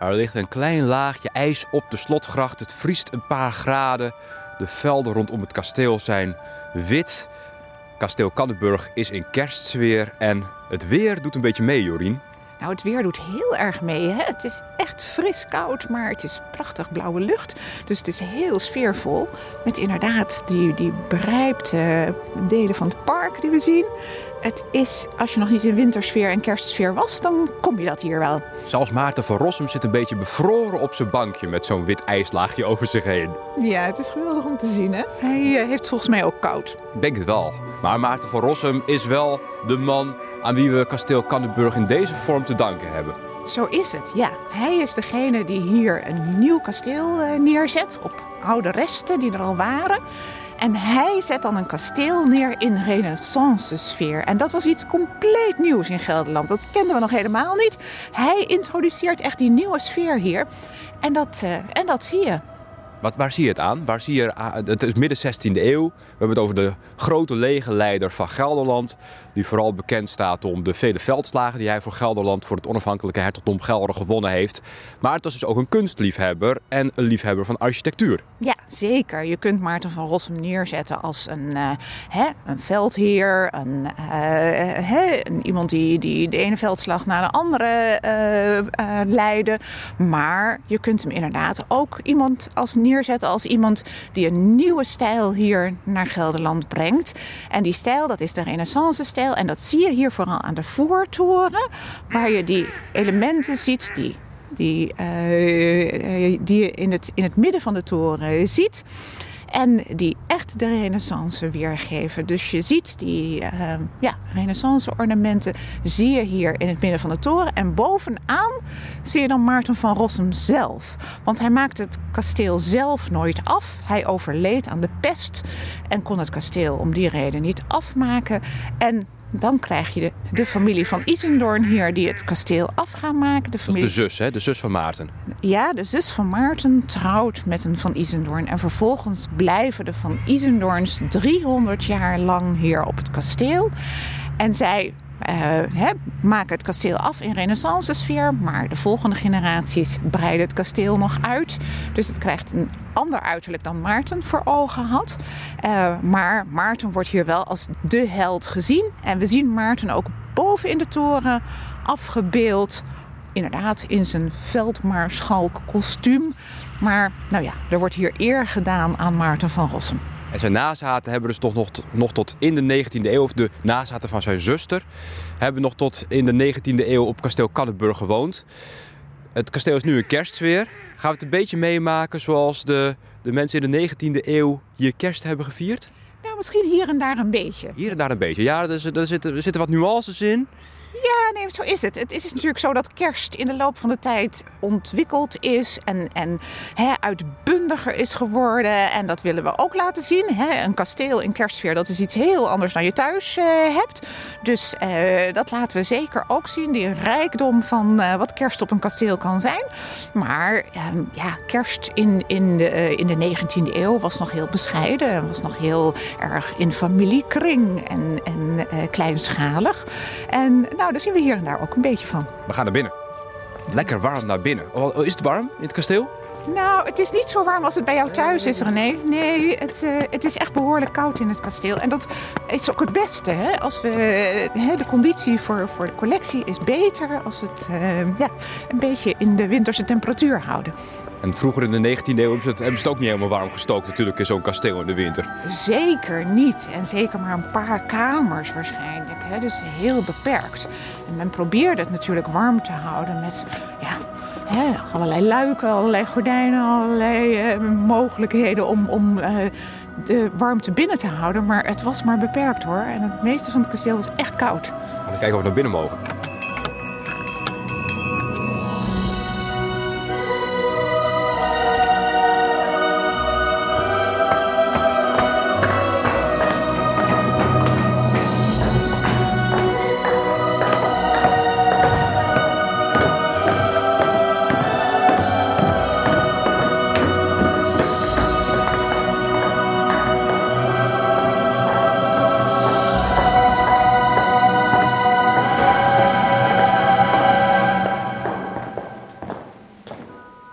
Er ligt een klein laagje ijs op de slotgracht. Het vriest een paar graden. De velden rondom het kasteel zijn wit. Kasteel Canneburch is in kerstsfeer. En het weer doet een beetje mee, Jorien. Nou, het weer doet heel erg mee. Hè? Het is echt fris koud, maar het is prachtig blauwe lucht. Dus het is heel sfeervol. Met inderdaad die berijpte delen van het park die we zien. Het is, als je nog niet in wintersfeer en kerstsfeer was, dan kom je dat hier wel. Zelfs Maarten van Rossum zit een beetje bevroren op zijn bankje met zo'n wit ijslaagje over zich heen. Ja, het is geweldig om te zien, hè? Hij heeft volgens mij ook koud. Ik denk het wel. Maar Maarten van Rossum is wel de man aan wie we kasteel Canneburch in deze vorm te danken hebben. Zo is het, ja. Hij is degene die hier een nieuw kasteel neerzet op oude resten die er al waren. En hij zet dan een kasteel neer in renaissance-sfeer. En dat was iets compleet nieuws in Gelderland. Dat kenden we nog helemaal niet. Hij introduceert echt die nieuwe sfeer hier. En dat zie je. Waar zie je het aan? Het is midden 16e eeuw. We hebben het over de grote legerleider van Gelderland. Die vooral bekend staat om de vele veldslagen die hij voor Gelderland, voor het onafhankelijke hertogdom Gelder gewonnen heeft. Maar het was dus ook een kunstliefhebber en een liefhebber van architectuur. Ja, zeker. Je kunt Maarten van Rossum neerzetten als een veldheer. Iemand die de ene veldslag naar de andere leidde. Maar je kunt hem inderdaad ook neerzetten als iemand die een nieuwe stijl hier naar Gelderland brengt. En die stijl, dat is de Renaissance-stijl. En dat zie je hier vooral aan de voortoren, waar je die elementen ziet die je in het midden van de toren ziet. En die echt de renaissance weergeven. Dus je ziet die renaissance ornamenten zie je hier in het midden van de toren. En bovenaan zie je dan Maarten van Rossum zelf. Want hij maakte het kasteel zelf nooit af. Hij overleed aan de pest en kon het kasteel om die reden niet afmaken. En dan krijg je de familie van Isendoorn hier die het kasteel af gaan maken. Dat is de zus, hè? De zus van Maarten. Ja, de zus van Maarten trouwt met een van Isendoorn. En vervolgens blijven de van Isendoorns 300 jaar lang hier op het kasteel. En zij maken het kasteel af in renaissance-sfeer. Maar de volgende generaties breiden het kasteel nog uit. Dus het krijgt een ander uiterlijk dan Maarten voor ogen had. Maar Maarten wordt hier wel als de held gezien. En we zien Maarten ook boven in de toren afgebeeld. Inderdaad in zijn veldmaarschalk kostuum. Maar nou ja, er wordt hier eer gedaan aan Maarten van Rossum. En zijn nazaten hebben dus toch nog tot in de 19e eeuw, of de nazaten van zijn zuster, hebben nog tot in de 19e eeuw op kasteel Canneburch gewoond. Het kasteel is nu in kerstsfeer. Gaan we het een beetje meemaken zoals de mensen in de 19e eeuw hier kerst hebben gevierd? Nou, misschien hier en daar een beetje. Hier en daar een beetje. Ja, er zitten wat nuances in. Ja, nee, zo is het. Het is natuurlijk zo dat kerst in de loop van de tijd ontwikkeld is en uitbundiger is geworden. En dat willen we ook laten zien. Een kasteel in kerstsfeer, dat is iets heel anders dan je thuis hebt. Dus dat laten we zeker ook zien. Die rijkdom van wat kerst op een kasteel kan zijn. Maar kerst in de 19e eeuw was nog heel bescheiden. Was nog heel erg in familiekring en kleinschalig. En nou, daar zien we hier en daar ook een beetje van. We gaan naar binnen. Lekker warm naar binnen. Is het warm in het kasteel? Nou, het is niet zo warm als het bij jou thuis is, René. Nee, het is echt behoorlijk koud in het kasteel. En dat is ook het beste, hè? Als de conditie voor de collectie is beter als we het een beetje in de winterse temperatuur houden. En vroeger in de 19e eeuw hebben ze het ook niet helemaal warm gestookt natuurlijk in zo'n kasteel in de winter. Zeker niet. En zeker maar een paar kamers waarschijnlijk. Hè? Dus heel beperkt. En men probeerde het natuurlijk warm te houden met allerlei luiken, allerlei gordijnen, allerlei mogelijkheden om de warmte binnen te houden. Maar het was maar beperkt hoor. En het meeste van het kasteel was echt koud. Gaan we kijken of we naar binnen mogen.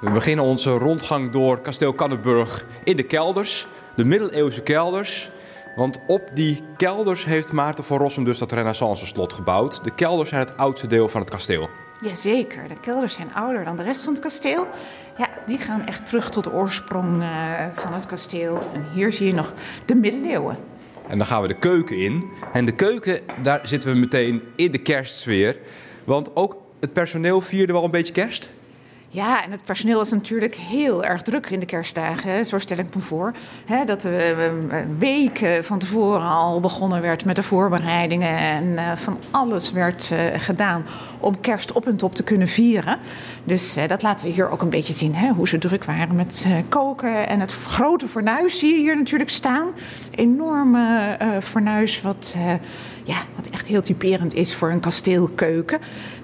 We beginnen onze rondgang door kasteel Canneburgh in de kelders, de middeleeuwse kelders. Want op die kelders heeft Maarten van Rossum dus dat Renaissance-slot gebouwd. De kelders zijn het oudste deel van het kasteel. Jazeker, de kelders zijn ouder dan de rest van het kasteel. Ja, die gaan echt terug tot de oorsprong van het kasteel. En hier zie je nog de middeleeuwen. En dan gaan we de keuken in. En de keuken, daar zitten we meteen in de kerstsfeer. Want ook het personeel vierde wel een beetje kerst. Ja, en het personeel is natuurlijk heel erg druk in de kerstdagen. Zo stel ik me voor. Dat weken van tevoren al begonnen werd met de voorbereidingen. En van alles werd gedaan om kerst op en top te kunnen vieren. Dus dat laten we hier ook een beetje zien. Hoe ze druk waren met koken. En het grote fornuis zie je hier natuurlijk staan. Enorme fornuis wat echt heel typerend is voor een kasteelkeuken.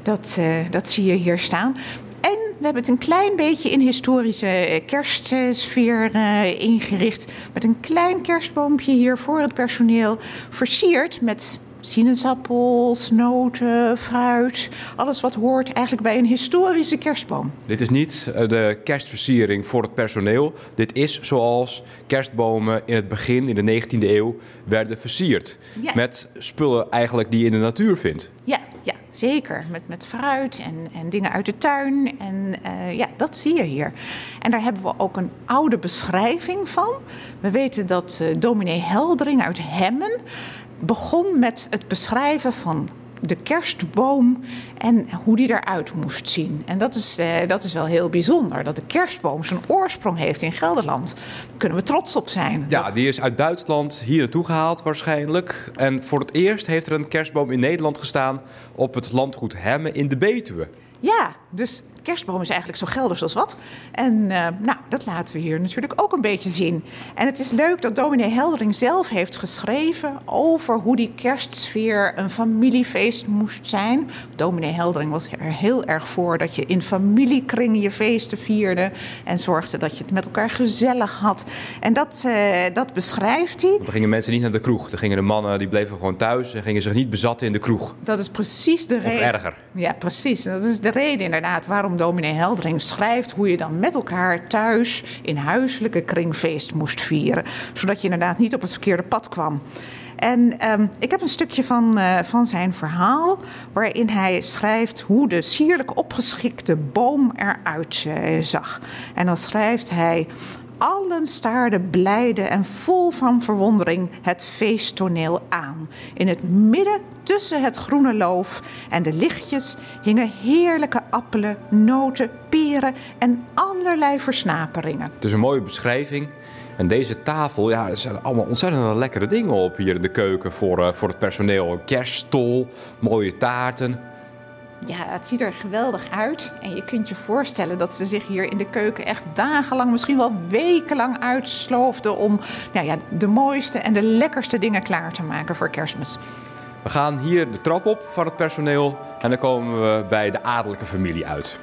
Dat zie je hier staan. En we hebben het een klein beetje in historische kerstsfeer ingericht. Met een klein kerstboompje hier voor het personeel. Versierd met sinaasappels, noten, fruit. Alles wat hoort eigenlijk bij een historische kerstboom. Dit is niet de kerstversiering voor het personeel. Dit is zoals kerstbomen in het begin, in de 19e eeuw, werden versierd. Ja. Met spullen eigenlijk die je in de natuur vindt. Ja, zeker. Met fruit en dingen uit de tuin. En dat zie je hier. En daar hebben we ook een oude beschrijving van. We weten dat dominee Heldering uit Hemmen begon met het beschrijven van de kerstboom en hoe die eruit moest zien. En dat is wel heel bijzonder, dat de kerstboom zijn oorsprong heeft in Gelderland. Daar kunnen we trots op zijn. Ja, die is uit Duitsland hier naartoe gehaald waarschijnlijk. En voor het eerst heeft er een kerstboom in Nederland gestaan op het landgoed Hemmen in de Betuwe. Ja, dus kerstboom is eigenlijk zo Gelders als wat. En dat laten we hier natuurlijk ook een beetje zien. En het is leuk dat dominee Heldering zelf heeft geschreven over hoe die kerstsfeer een familiefeest moest zijn. Dominee Heldering was er heel erg voor dat je in familiekring je feesten vierde en zorgde dat je het met elkaar gezellig had. En dat beschrijft hij. Er gingen mensen niet naar de kroeg. Er gingen de mannen, die bleven gewoon thuis en gingen zich niet bezatten in de kroeg. Dat is precies de reden. Of erger. Ja, precies. Dat is de reden inderdaad waarom dominee Heldering schrijft hoe je dan met elkaar thuis in huiselijke kring feest moest vieren. Zodat je inderdaad niet op het verkeerde pad kwam. En ik heb een stukje van zijn verhaal waarin hij schrijft hoe de sierlijk opgeschikte boom eruit zag. En dan schrijft hij: allen staarden blijde en vol van verwondering het feesttoneel aan. In het midden tussen het groene loof en de lichtjes hingen heerlijke appelen, noten, peren en allerlei versnaperingen. Het is een mooie beschrijving. En deze tafel, er zijn allemaal ontzettend lekkere dingen op hier in de keuken voor het personeel. Een kerststol, mooie taarten. Ja, het ziet er geweldig uit. En je kunt je voorstellen dat ze zich hier in de keuken echt dagenlang, misschien wel wekenlang uitsloofden om de mooiste en de lekkerste dingen klaar te maken voor Kerstmis. We gaan hier de trap op van het personeel en dan komen we bij de adellijke familie uit.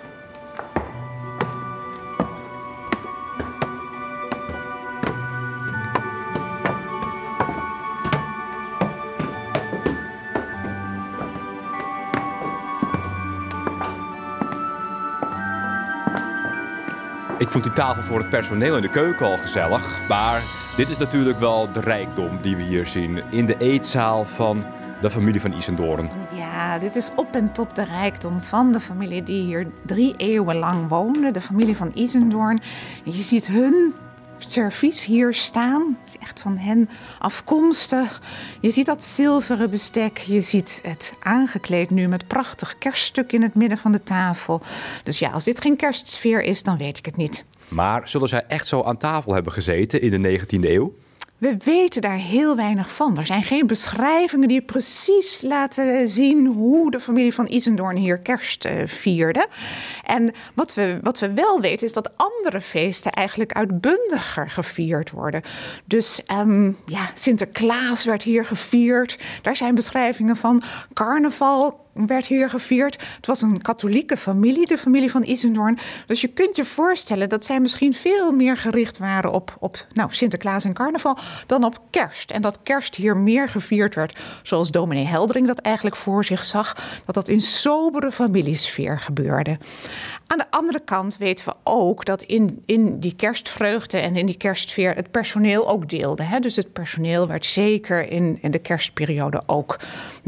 Ik vond die tafel voor het personeel in de keuken al gezellig. Maar dit is natuurlijk wel de rijkdom die we hier zien. In de eetzaal van de familie van Isendoorn. Ja, dit is op en top de rijkdom van de familie die hier 3 eeuwen lang woonde. De familie van Isendoorn. Je ziet hun servies hier staan. Het is echt van hen afkomstig. Je ziet dat zilveren bestek. Je ziet het aangekleed nu met prachtig kerststuk in het midden van de tafel. Dus ja, als dit geen kerstsfeer is, dan weet ik het niet. Maar zullen zij echt zo aan tafel hebben gezeten in de 19e eeuw? We weten daar heel weinig van. Er zijn geen beschrijvingen die precies laten zien hoe de familie van Isendoorn hier kerst vierde. En wat we wel weten is dat andere feesten eigenlijk uitbundiger gevierd worden. Dus Sinterklaas werd hier gevierd. Daar zijn beschrijvingen van. Carnaval werd hier gevierd. Het was een katholieke familie, de familie van Isendoorn. Dus je kunt je voorstellen dat zij misschien veel meer gericht waren op Sinterklaas en carnaval dan op kerst. En dat kerst hier meer gevierd werd, zoals dominee Heldering dat eigenlijk voor zich zag, dat in sobere familiesfeer gebeurde. Aan de andere kant weten we ook dat in die kerstvreugde en in die kerstsfeer het personeel ook deelde. Hè? Dus het personeel werd zeker in de kerstperiode ook,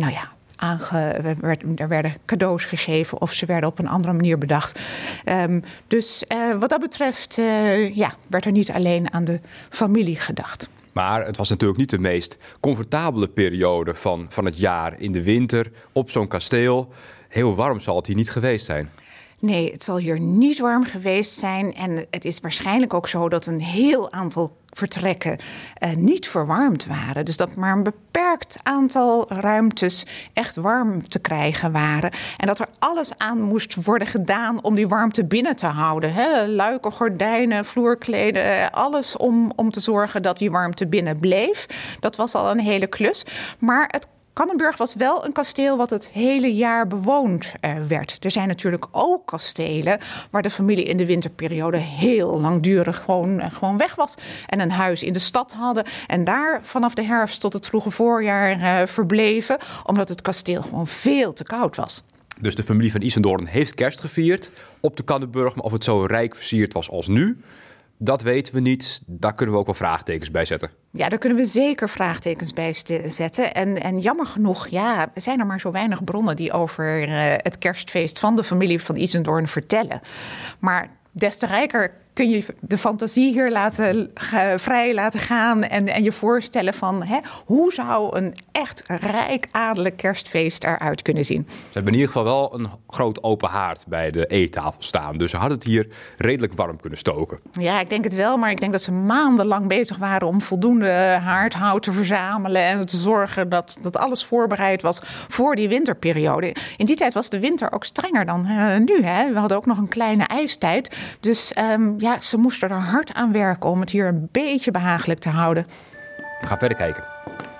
er werden cadeaus gegeven of ze werden op een andere manier bedacht. Dus wat dat betreft werd er niet alleen aan de familie gedacht. Maar het was natuurlijk niet de meest comfortabele periode van het jaar in de winter op zo'n kasteel. Heel warm zal het hier niet geweest zijn. Nee, het zal hier niet warm geweest zijn. En het is waarschijnlijk ook zo dat een heel aantal vertrekken niet verwarmd waren. Dus dat maar een beperkt aantal ruimtes echt warm te krijgen waren. En dat er alles aan moest worden gedaan om die warmte binnen te houden. Hè? Luiken, gordijnen, vloerkleden, alles om te zorgen dat die warmte binnen bleef. Dat was al een hele klus. Maar het Kannenburg was wel een kasteel wat het hele jaar bewoond werd. Er zijn natuurlijk ook kastelen waar de familie in de winterperiode heel langdurig gewoon weg was. En een huis in de stad hadden. En daar vanaf de herfst tot het vroege voorjaar verbleven. Omdat het kasteel gewoon veel te koud was. Dus de familie van Isendoorn heeft kerst gevierd op de Kannenburg. Maar of het zo rijk versierd was als nu, dat weten we niet. Daar kunnen we ook wel vraagtekens bij zetten. Ja, daar kunnen we zeker vraagtekens bij zetten. En jammer genoeg, zijn er maar zo weinig bronnen die over het kerstfeest van de familie van Isendoorn vertellen. Maar des te rijker kun je de fantasie hier vrij laten gaan en je voorstellen van hoe zou een echt rijk adellijk kerstfeest eruit kunnen zien. Ze hebben in ieder geval wel een groot open haard bij de eettafel staan. Dus ze hadden het hier redelijk warm kunnen stoken. Ja, ik denk het wel, maar ik denk dat ze maandenlang bezig waren om voldoende haardhout te verzamelen en te zorgen dat alles voorbereid was voor die winterperiode. In die tijd was de winter ook strenger dan nu. Hè? We hadden ook nog een kleine ijstijd. Dus ze moesten er hard aan werken om het hier een beetje behagelijk te houden. We gaan verder kijken.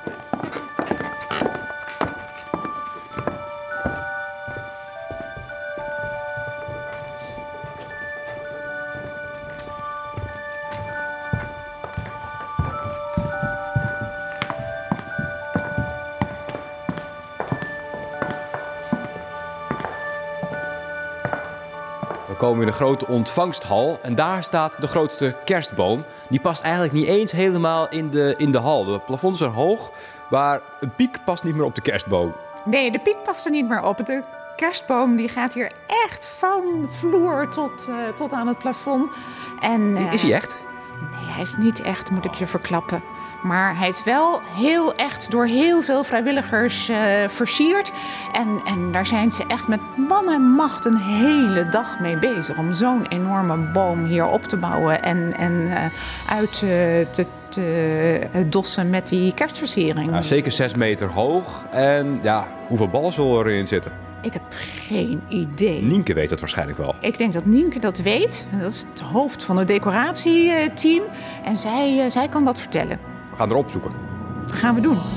We komen in een grote ontvangsthal en daar staat de grootste kerstboom. Die past eigenlijk niet eens helemaal in de hal. De plafonds zijn hoog, maar een piek past niet meer op de kerstboom. Nee, de piek past er niet meer op. De kerstboom die gaat hier echt van vloer tot aan het plafond. Is hij echt? Nee, hij is niet echt, moet ik je verklappen. Maar hij is wel heel echt door heel veel vrijwilligers versierd. En daar zijn ze echt met man en macht een hele dag mee bezig om zo'n enorme boom hier op te bouwen en uit te dossen met die kerstversiering. Ja, zeker 6 meter hoog. En hoeveel ballen zullen erin zitten? Ik heb geen idee. Nienke weet het waarschijnlijk wel. Ik denk dat Nienke dat weet. Dat is het hoofd van het decoratieteam. En zij kan dat vertellen. We gaan erop zoeken. Dat gaan we doen.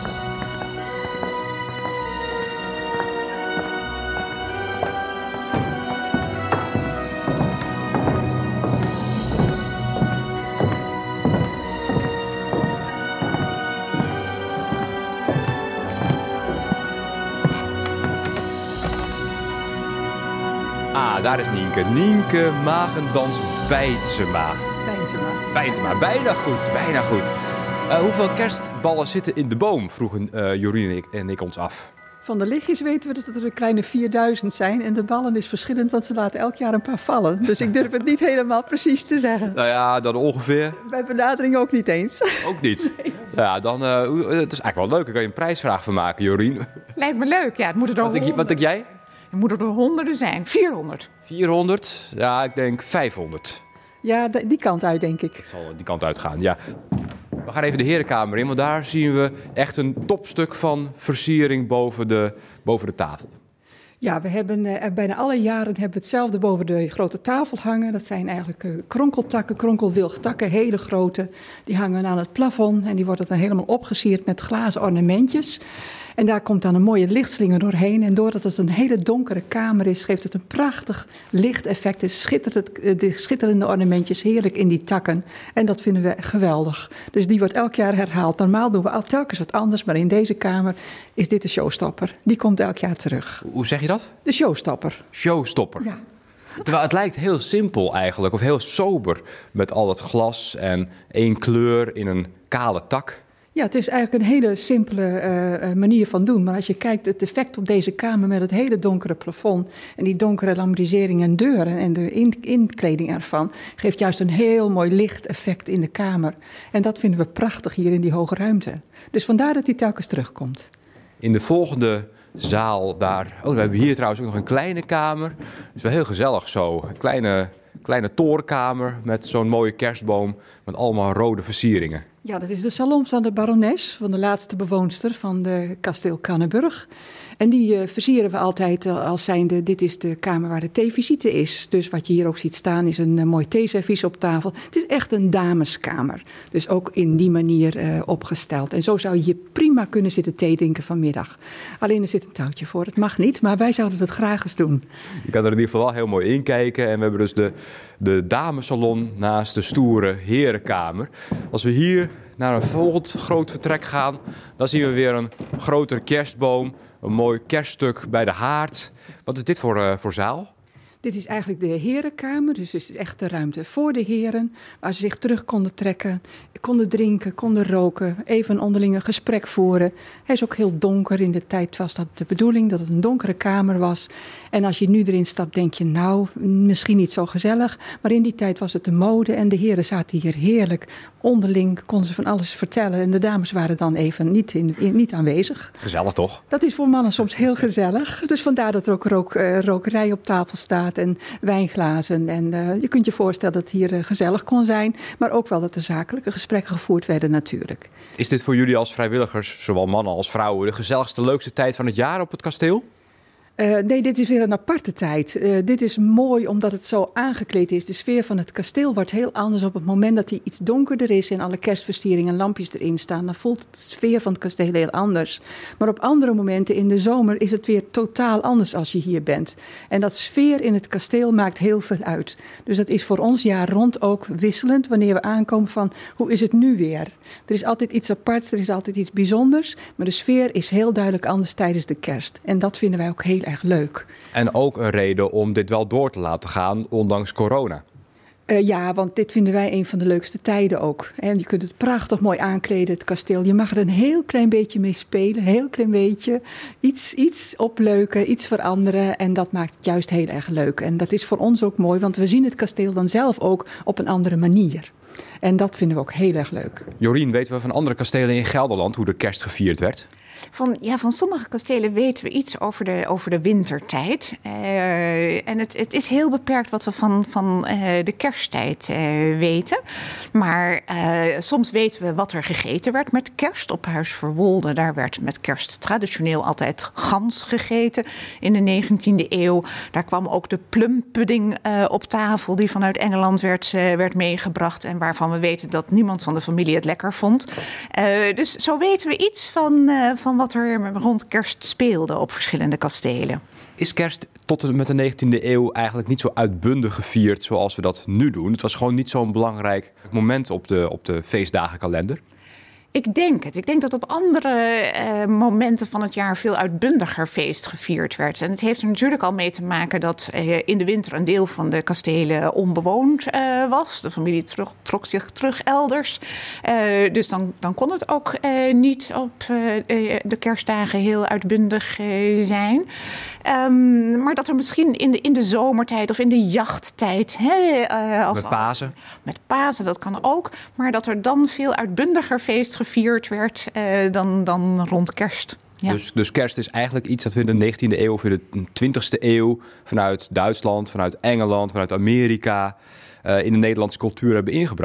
Daar is Nienke. Nienke Magendans Bijtsema. Bijntema. Bijna goed. Hoeveel kerstballen zitten in de boom? Vroegen Jorien en ik ons af. Van de lichtjes weten we dat er een kleine 4000 zijn. En de ballen is verschillend, want ze laten elk jaar een paar vallen. Dus ik durf het niet helemaal precies te zeggen. Nou ja, dan ongeveer. Bij benadering ook niet eens. Ook niet? Nee. Ja, dan het is eigenlijk wel leuk. Daar kan je een prijsvraag van maken, Jorien. Lijkt me leuk. Ja, het moeten er wat denk jij? Het moeten er honderden zijn. 400. 400? Ja, ik denk 500. Ja, die kant uit, denk ik. Het zal die kant uit gaan, ja. We gaan even de herenkamer in, want daar zien we echt een topstuk van versiering boven de tafel. Ja, we hebben bijna alle jaren hebben we hetzelfde boven de grote tafel hangen. Dat zijn eigenlijk kronkeltakken, kronkelwilgtakken, hele grote. Die hangen aan het plafond en die worden dan helemaal opgesierd met glazen ornamentjes. En daar komt dan een mooie lichtslinger doorheen. En doordat het een hele donkere kamer is, geeft het een prachtig lichteffect. De schitterende ornamentjes heerlijk in die takken. En dat vinden we geweldig. Dus die wordt elk jaar herhaald. Normaal doen we al telkens wat anders, maar in deze kamer is dit de showstopper. Die komt elk jaar terug. Hoe zeg je dat? De showstopper. Showstopper. Ja. Terwijl het lijkt heel simpel eigenlijk, of heel sober met al dat glas en één kleur in een kale tak. Ja, het is eigenlijk een hele simpele manier van doen. Maar als je kijkt, het effect op deze kamer met het hele donkere plafond en die donkere lambrisering en deuren en de inkleding ervan, geeft juist een heel mooi lichteffect in de kamer. En dat vinden we prachtig hier in die hoge ruimte. Dus vandaar dat die telkens terugkomt. In de volgende zaal daar, we hebben hier trouwens ook nog een kleine kamer. Het is wel heel gezellig zo. Een kleine torenkamer met zo'n mooie kerstboom met allemaal rode versieringen. Ja, dat is de salon van de barones, van de laatste bewoonster van de kasteel Canneburgh. En die versieren we altijd als zijnde, dit is de kamer waar de theevisite is. Dus wat je hier ook ziet staan is een mooi theeservies op tafel. Het is echt een dameskamer. Dus ook in die manier opgesteld. En zo zou je hier prima kunnen zitten thee drinken vanmiddag. Alleen er zit een touwtje voor. Het mag niet, maar wij zouden dat graag eens doen. Je kan er in ieder geval wel heel mooi in kijken. En we hebben dus de damesalon naast de stoere herenkamer. Als we hier naar een volgend groot vertrek gaan, dan zien we weer een grotere kerstboom. Een mooi kerststuk bij de haard. Wat is dit voor zaal? Dit is eigenlijk de herenkamer, dus het is echt de ruimte voor de heren, waar ze zich terug konden trekken, konden drinken, konden roken, even een onderlinge gesprek voeren. Hij is ook heel donker. In de tijd was dat de bedoeling, dat het een donkere kamer was. En als je nu erin stapt, denk je, nou, misschien niet zo gezellig. Maar in die tijd was het de mode en de heren zaten hier heerlijk. Onderling konden ze van alles vertellen en de dames waren dan even niet aanwezig. Gezellig toch? Dat is voor mannen soms heel gezellig. Dus vandaar dat er ook rokerij op tafel staat en wijnglazen. En je kunt je voorstellen dat het hier gezellig kon zijn. Maar ook wel dat er zakelijke gesprekken gevoerd werden natuurlijk. Is dit voor jullie als vrijwilligers, zowel mannen als vrouwen, de gezelligste, leukste tijd van het jaar op het kasteel? Nee, dit is weer een aparte tijd. Dit is mooi omdat het zo aangekleed is. De sfeer van het kasteel wordt heel anders op het moment dat hij iets donkerder is en alle kerstversieringen en lampjes erin staan. Dan voelt de sfeer van het kasteel heel anders. Maar op andere momenten in de zomer is het weer totaal anders als je hier bent. En dat sfeer in het kasteel maakt heel veel uit. Dus dat is voor ons jaar rond ook wisselend wanneer we aankomen van hoe is het nu weer. Er is altijd iets aparts, er is altijd iets bijzonders. Maar de sfeer is heel duidelijk anders tijdens de kerst. En dat vinden wij ook heel erg leuk. En ook een reden om dit wel door te laten gaan, ondanks corona. Ja, want dit vinden wij een van de leukste tijden ook. En je kunt het prachtig mooi aankleden, het kasteel. Je mag er een heel klein beetje mee spelen, een heel klein beetje. Iets opleuken, iets veranderen. En dat maakt het juist heel erg leuk. En dat is voor ons ook mooi, want we zien het kasteel dan zelf ook op een andere manier. En dat vinden we ook heel erg leuk. Jorien, weten we van andere kastelen in Gelderland hoe de kerst gevierd werd? Van sommige kastelen weten we iets over de wintertijd. En het is heel beperkt wat we van de kersttijd weten. Maar soms weten we wat er gegeten werd met kerst. Op Huis Verwolde, daar werd met kerst traditioneel altijd gans gegeten in de 19e eeuw. Daar kwam ook de plumpudding op tafel die vanuit Engeland werd meegebracht. En waarvan we weten dat niemand van de familie het lekker vond. Dus zo weten we iets van wat er rond kerst speelde op verschillende kastelen. Is kerst tot en met de 19e eeuw eigenlijk niet zo uitbundig gevierd zoals we dat nu doen? Het was gewoon niet zo'n belangrijk moment op de feestdagenkalender? Ik denk het. Ik denk dat op andere momenten van het jaar veel uitbundiger feest gevierd werd. En het heeft er natuurlijk al mee te maken dat in de winter een deel van de kastelen onbewoond was. De familie trok zich terug elders. Dus dan kon het ook niet op de kerstdagen heel uitbundig zijn. Maar dat er misschien in de zomertijd of in de jachttijd... Met Pasen? Met Pasen, dat kan ook. Maar dat er dan veel uitbundiger feest gevierd werd dan rond kerst. Ja. Dus kerst is eigenlijk iets dat we in de 19e eeuw of in de 20e eeuw... vanuit Duitsland, vanuit Engeland, vanuit Amerika... in de Nederlandse cultuur hebben ingebracht.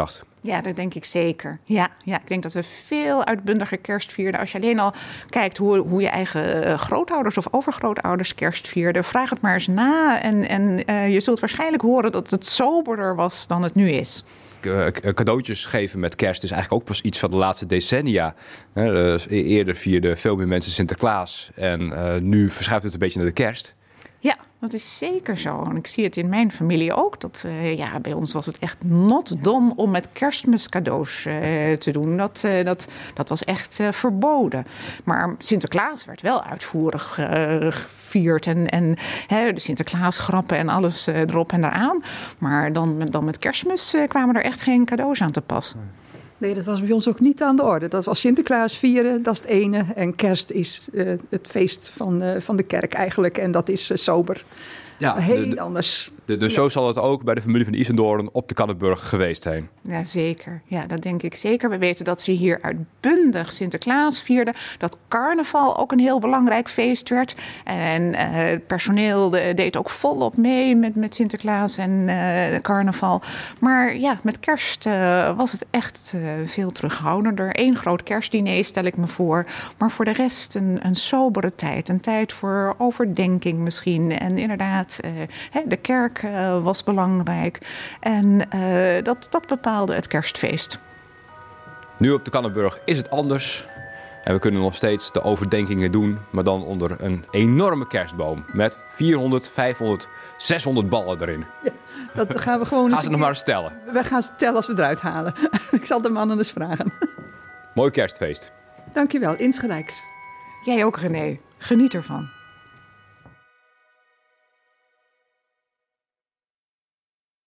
Ja, dat denk ik zeker. Ja, ik denk dat we veel uitbundiger kerst vierden. Als je alleen al kijkt hoe je eigen grootouders of overgrootouders kerst vierden, vraag het maar eens na. En je zult waarschijnlijk horen dat het soberder was dan het nu is. Cadeautjes geven met kerst is eigenlijk ook pas iets van de laatste decennia. Eerder vierden veel meer mensen Sinterklaas. En nu verschuift het een beetje naar de kerst. Ja, dat is zeker zo. En ik zie het in mijn familie ook. Bij ons was het echt not done om met Kerstmis cadeaus te doen. Dat was echt verboden. Maar Sinterklaas werd wel uitvoerig gevierd. En de Sinterklaasgrappen en alles erop en eraan. Maar dan met Kerstmis kwamen er echt geen cadeaus aan te pas. Nee, dat was bij ons ook niet aan de orde. Dat was Sinterklaas vieren, dat is het ene. En kerst is het feest van de kerk eigenlijk. En dat is sober. Ja, heel anders. Dus zo zal het ook bij de familie van Isendoorn op de Kannenburg geweest zijn. Ja, zeker. Ja, dat denk ik zeker. We weten dat ze hier uitbundig Sinterklaas vierden. Dat carnaval ook een heel belangrijk feest werd. En het personeel deed ook volop mee met Sinterklaas en carnaval. Maar ja, met kerst was het echt veel terughoudender. 1 groot kerstdiner stel ik me voor. Maar voor de rest een sobere tijd. Een tijd voor overdenking misschien. En inderdaad, de kerk was belangrijk. En dat bepaalde het kerstfeest. Nu op de Kannenburg is het anders. En we kunnen nog steeds de overdenkingen doen. Maar dan onder een enorme kerstboom. Met 400, 500, 600 ballen erin. Ja, dat gaan we gewoon eens ze nog maar eens tellen. We gaan ze tellen als we eruit halen. Ik zal de mannen eens vragen. Mooi kerstfeest. Dankjewel, insgelijks. Jij ook, René. Geniet ervan.